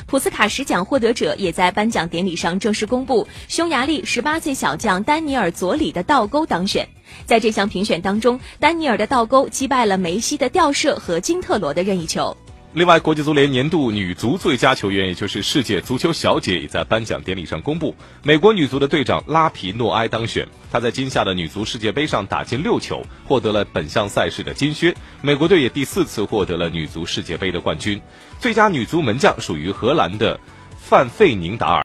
普斯卡什奖获得者也在颁奖典礼上正式公布，匈牙利18岁小将丹尼尔·佐里的倒钩当选。在这项评选当中，丹尼尔的倒钩击败了梅西的吊射和金特罗的任意球。 另外，国际足联年度女足最佳球员，也就是世界足球小姐，也在颁奖典礼上公布，美国女足的队长拉皮诺埃当选。她在今夏的女足世界杯上打进6球，获得了本项赛事的金靴。美国队也第4次获得了女足世界杯的冠军。最佳女足门将属于荷兰的范费宁达尔。